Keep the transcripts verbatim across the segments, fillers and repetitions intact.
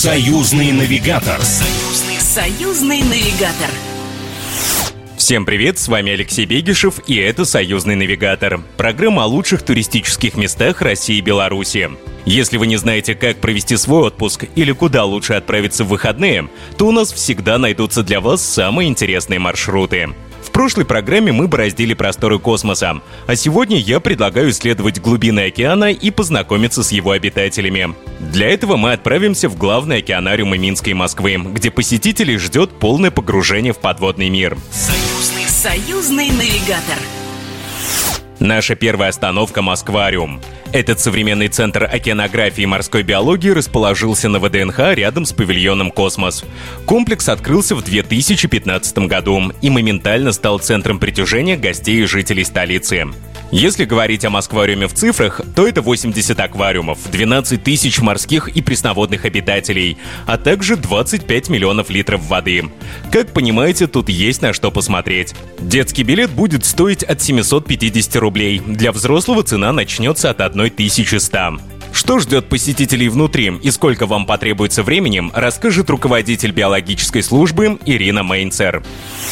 Союзный навигатор. Союзный, союзный навигатор. Всем привет, с вами Алексей Бегишев, и это «Союзный навигатор» – программа о лучших туристических местах России и Беларуси. Если вы не знаете, как провести свой отпуск или куда лучше отправиться в выходные, то у нас всегда найдутся для вас самые интересные маршруты. В прошлой программе мы бороздили просторы космоса, а сегодня я предлагаю исследовать глубины океана и познакомиться с его обитателями. Для этого мы отправимся в главные океанариумы Минска и Москвы, где посетителей ждет полное погружение в подводный мир. Союзный, союзный навигатор. Наша первая остановка – Москвариум. Этот современный центр океанографии и морской биологии расположился на вэ дэ эн ха рядом с павильоном «Космос». Комплекс открылся в две тысячи пятнадцатом году и моментально стал центром притяжения гостей и жителей столицы. Если говорить о Москвариуме в цифрах, то это восемьдесят аквариумов, двенадцать тысяч морских и пресноводных обитателей, а также двадцать пять миллионов литров воды. Как понимаете, тут есть на что посмотреть. Детский билет будет стоить от семьсот пятьдесят рублей. Для взрослого цена начнется от тысячи ста. Что ждет посетителей внутри и сколько вам потребуется времени, расскажет руководитель биологической службы Ирина Мейнцер.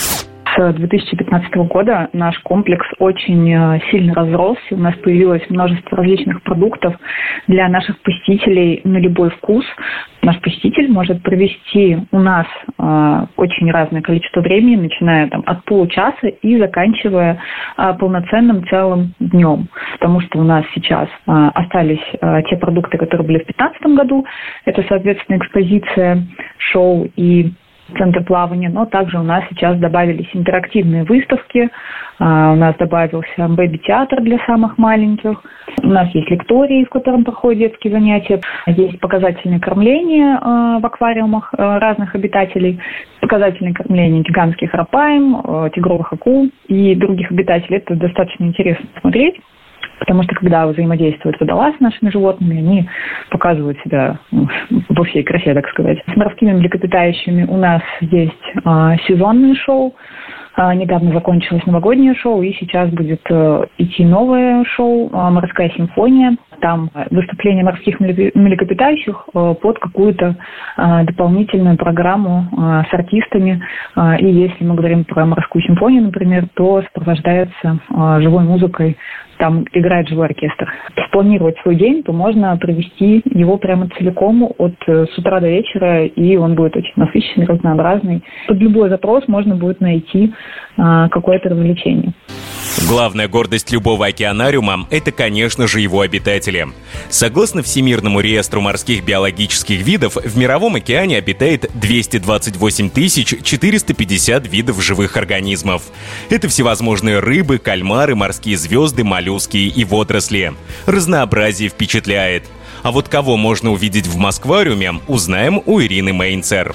С две тысячи пятнадцатого года наш комплекс очень сильно разросся. У нас появилось множество различных продуктов для наших посетителей на любой вкус. Наш посетитель может провести у нас э, очень разное количество времени, начиная там, от получаса и заканчивая э, полноценным целым днем. Потому что у нас сейчас э, остались э, те продукты, которые были в две тысячи пятнадцатом году. Это, соответственно, экспозиция, шоу и центр плавания, но также у нас сейчас добавились интерактивные выставки, у нас добавился бэби-театр для самых маленьких, у нас есть лектории, в котором проходят детские занятия, есть показательное кормление в аквариумах разных обитателей, показательное кормление гигантских рапаем, тигровых акул и других обитателей. Это достаточно интересно смотреть. Потому что, когда взаимодействуют водолаз с нашими животными, они показывают себя во всей красе, так сказать. С морскими млекопитающими у нас есть э, сезонные шоу. Э, недавно закончилось новогоднее шоу, и сейчас будет э, идти новое шоу э, «Морская симфония». Там выступление морских млекопитающих э, под какую-то э, дополнительную программу э, с артистами. Э, и если мы говорим про «Морскую симфонию», например, то сопровождается э, живой музыкой. Там играет живой оркестр. Спланировать свой день, то можно провести его прямо целиком от с утра до вечера, и он будет очень насыщенный, разнообразный. Под любой запрос можно будет найти а, какое-то развлечение. Главная гордость любого океанариума – это, конечно же, его обитатели. Согласно Всемирному реестру морских биологических видов, в Мировом океане обитает двести двадцать восемь тысяч четыреста пятьдесят видов живых организмов. Это всевозможные рыбы, кальмары, морские звезды, моллюски и водоросли. Разнообразие впечатляет. А вот кого можно увидеть в Москвариуме, узнаем у Ирины Мейнцер.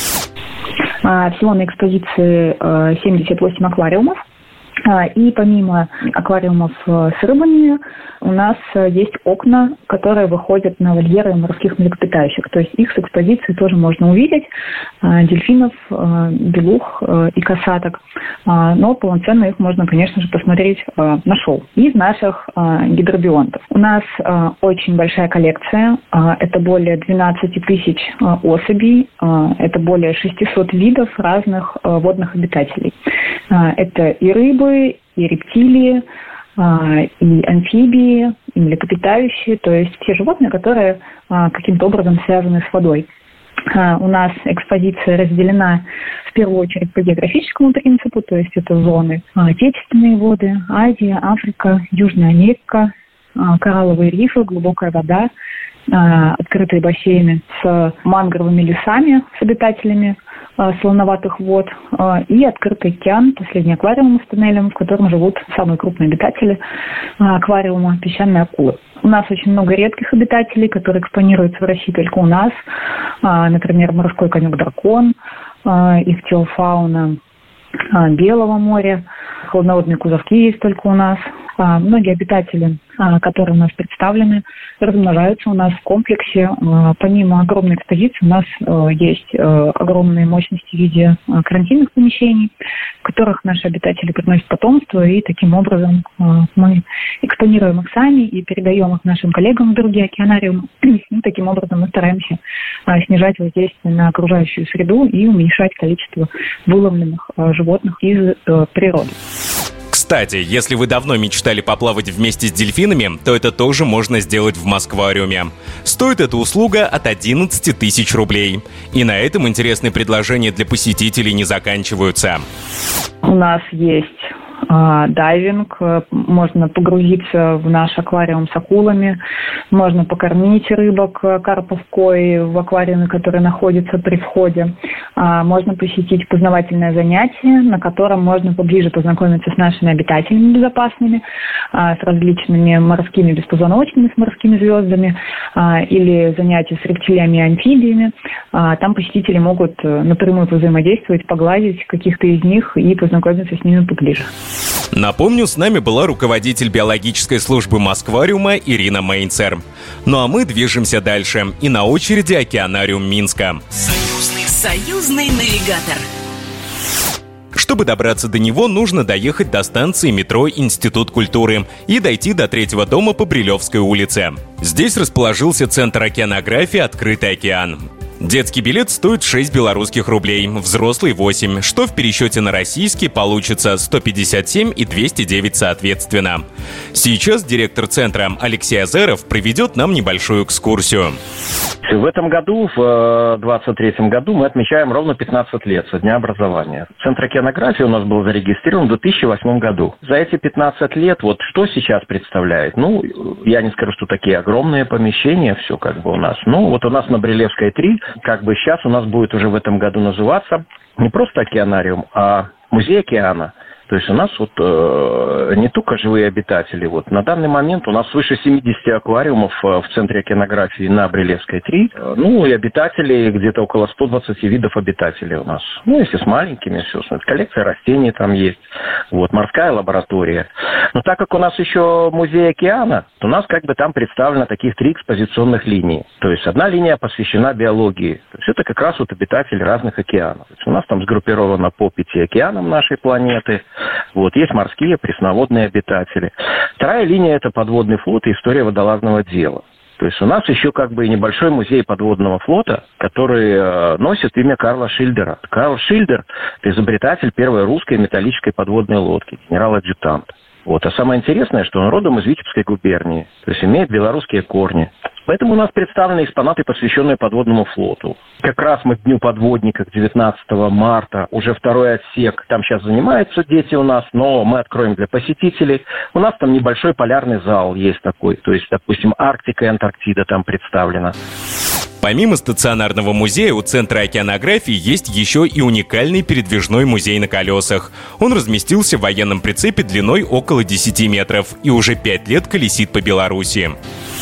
Всего на экспозиции семьдесят восемь аквариумов. И помимо аквариумов с рыбами, у нас есть окна, которые выходят на вольеры морских млекопитающих. То есть их с экспозиции тоже можно увидеть. Дельфинов, белух и косаток. Но полноценно их можно, конечно же, посмотреть на шоу. Из наших гидробионтов. У нас очень большая коллекция. Это более двенадцать тысяч особей. Это более шестьсот видов разных водных обитателей. Это и рыбы, и рептилии, и амфибии, и млекопитающие, то есть все животные, которые каким-то образом связаны с водой. У нас экспозиция разделена в первую очередь по географическому принципу, то есть это зоны отечественные воды, Азия, Африка, Южная Америка, коралловые рифы, глубокая вода, открытые бассейны с мангровыми лесами, с обитателями солоноватых вод, и открытый океан, последний аквариум с тоннелем, в котором живут самые крупные обитатели аквариума, песчаные акулы. У нас очень много редких обитателей, которые экспонируются в России только у нас. Например, морской конек-дракон, ихтиофауна Белого моря, холодноводные кузовки есть только у нас. Многие обитатели, которые у нас представлены, размножаются у нас в комплексе. Помимо огромной экспозиции у нас есть огромные мощности в виде карантинных помещений, в которых наши обитатели приносят потомство, и таким образом мы экспонируем их сами и передаем их нашим коллегам в другие океанариумы. И таким образом мы стараемся снижать воздействие на окружающую среду и уменьшать количество выловленных животных из природы. Кстати, если вы давно мечтали поплавать вместе с дельфинами, то это тоже можно сделать в Москвариуме. Стоит эта услуга от одиннадцати тысяч рублей. И на этом интересные предложения для посетителей не заканчиваются. У нас есть дайвинг, можно погрузиться в наш аквариум с акулами, можно покормить рыбок, карпов, кой в аквариуме, который находится при входе. Можно посетить познавательное занятие, на котором можно поближе познакомиться с нашими обитателями безопасными, с различными морскими беспозвоночными, с морскими звездами, или занятия с рептилиями и амфибиями. Там посетители могут напрямую взаимодействовать, погладить каких-то из них и познакомиться с ними поближе. Напомню, с нами была руководитель биологической службы Москвариума Ирина Мейнцер. Ну а мы движемся дальше. И на очереди океанариум Минска. Союзный, союзный навигатор. Чтобы добраться до него, нужно доехать до станции метро «Институт культуры» и дойти до третьего дома по Брилевской улице. Здесь расположился Центр океанографии «Открытый океан». Детский билет стоит шесть белорусских рублей, взрослый восемь, что в пересчете на российский получится сто пятьдесят семь и двести девять соответственно. Сейчас директор центра Алексей Азеров проведет нам небольшую экскурсию. В этом году, в двадцать третьем году, мы отмечаем ровно пятнадцать лет со дня образования. Центр океанографии у нас был зарегистрирован в две тысячи восьмом году. За эти пятнадцать лет, вот что сейчас представляет? Ну, я не скажу, что такие огромные помещения, все как бы у нас. Ну, вот у нас на Брилевской три, как бы сейчас у нас будет уже в этом году называться не просто океанариум, а музей океана. То есть у нас вот э, не только живые обитатели. Вот на данный момент у нас свыше семидесяти аквариумов э, в Центре океанографии на Брилевской три. Э, ну и обитателей где-то около ста двадцати видов обитателей у нас. Ну, если с маленькими, все. Коллекция растений там есть. Вот, морская лаборатория. Но так как у нас еще музей океана, то у нас как бы там представлено таких три экспозиционных линии. То есть одна линия посвящена биологии. То есть это как раз вот обитатели разных океанов. То есть у нас там сгруппировано по пяти океанам нашей планеты. Вот, есть морские, пресноводные обитатели. Вторая линия – это подводный флот и история водолазного дела. То есть у нас еще как бы небольшой музей подводного флота, который э, носит имя Карла Шильдера. Карл Шильдер – это изобретатель первой русской металлической подводной лодки, генерал-адъютант. Вот. А самое интересное, что он родом из Витебской губернии, то есть имеет белорусские корни. Поэтому у нас представлены экспонаты, посвященные подводному флоту. Как раз мы к Дню подводника, девятнадцатого марта, уже второй отсек. Там сейчас занимаются дети у нас, но мы откроем для посетителей. У нас там небольшой полярный зал есть такой. То есть, допустим, Арктика и Антарктида там представлена. Помимо стационарного музея, у Центра океанографии есть еще и уникальный передвижной музей на колесах. Он разместился в военном прицепе длиной около десяти метров и уже пять лет колесит по Беларуси.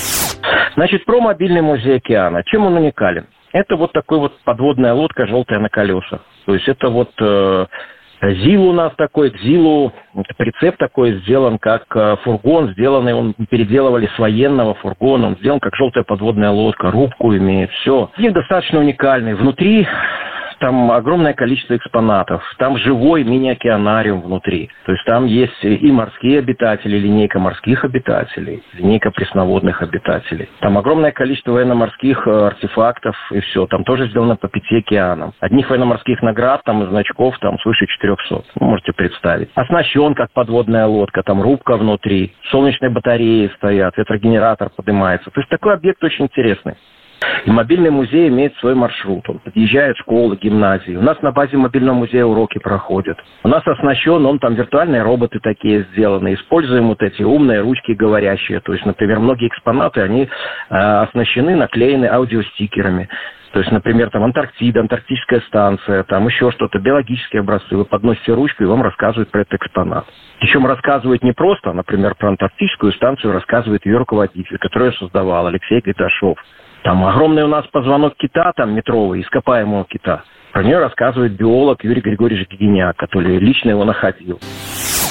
Значит, про мобильный музей океана. Чем он уникален? Это вот такой вот подводная лодка, желтая на колесах. То есть это вот э, ЗИЛ у нас такой, к ЗИЛу прицеп такой сделан как э, фургон, сделанный, он переделывали с военного фургона, он сделан как желтая подводная лодка, рубку имеет, все. И достаточно уникальный. Внутри там огромное количество экспонатов. Там живой мини-океанариум внутри. То есть там есть и морские обитатели, линейка морских обитателей, линейка пресноводных обитателей. Там огромное количество военно-морских артефактов и все. Там тоже сделано по пяти океанам. Одних военно-морских наград, там и значков там свыше четырехсот. Вы можете представить. Оснащен как подводная лодка. Там рубка внутри. Солнечные батареи стоят. Ветрогенератор поднимается. То есть такой объект очень интересный. И мобильный музей имеет свой маршрут. Он подъезжает в школы, гимназии. У нас на базе мобильного музея уроки проходят. У нас оснащен, он там виртуальные роботы такие сделаны. Используем вот эти умные ручки говорящие. То есть, например, многие экспонаты, они э, оснащены, наклеены аудиостикерами. То есть, например, там Антарктида, антарктическая станция, там еще что-то, биологические образцы. Вы подносите ручку, и вам рассказывают про этот экспонат. Причем рассказывают не просто, например, про антарктическую станцию рассказывает ее руководитель, который ее создавал, Алексей Гайдашов. Там огромный у нас позвонок кита, там метровый, ископаемого кита. Про нее рассказывает биолог Юрий Григорьевич Геденяк, который лично его находил.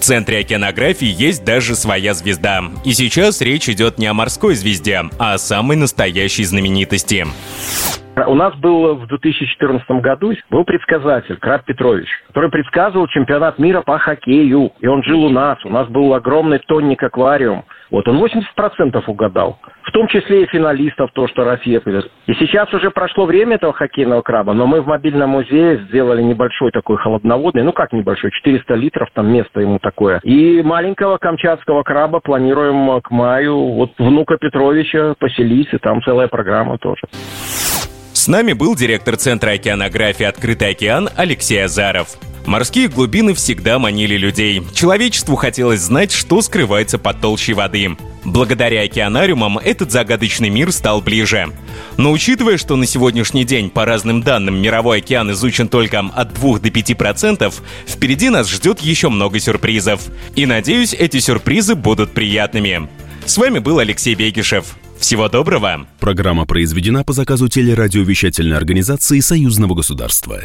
Центре океанографии есть даже своя звезда. И сейчас речь идет не о морской звезде, а о самой настоящей знаменитости. У нас был в две тысячи четырнадцатом году был предсказатель Краб Петрович, который предсказывал чемпионат мира по хоккею. И он жил у нас. У нас был огромный тонник-аквариум. Вот он восемьдесят процентов угадал. В том числе и финалистов, то, что Россия придет. И сейчас уже прошло время этого хоккейного краба, но мы в мобильном музее сделали небольшой такой холодноводный, ну как небольшой, четыреста литров, там место ему такое. И маленького камчатского краба планируем к маю вот внука Петровича поселить, и там целая программа тоже. С нами был директор Центра океанографии «Открытый океан» Алексей Азаров. Морские глубины всегда манили людей. Человечеству хотелось знать, что скрывается под толщей воды. Благодаря океанариумам этот загадочный мир стал ближе. Но учитывая, что на сегодняшний день, по разным данным, мировой океан изучен только от двух до пяти процентов, впереди нас ждет еще много сюрпризов. И надеюсь, эти сюрпризы будут приятными. С вами был Алексей Бекишев. Всего доброго! Программа произведена по заказу телерадиовещательной организации Союзного государства.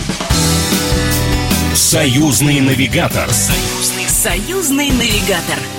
Союзный навигатор. Союзный, союзный навигатор.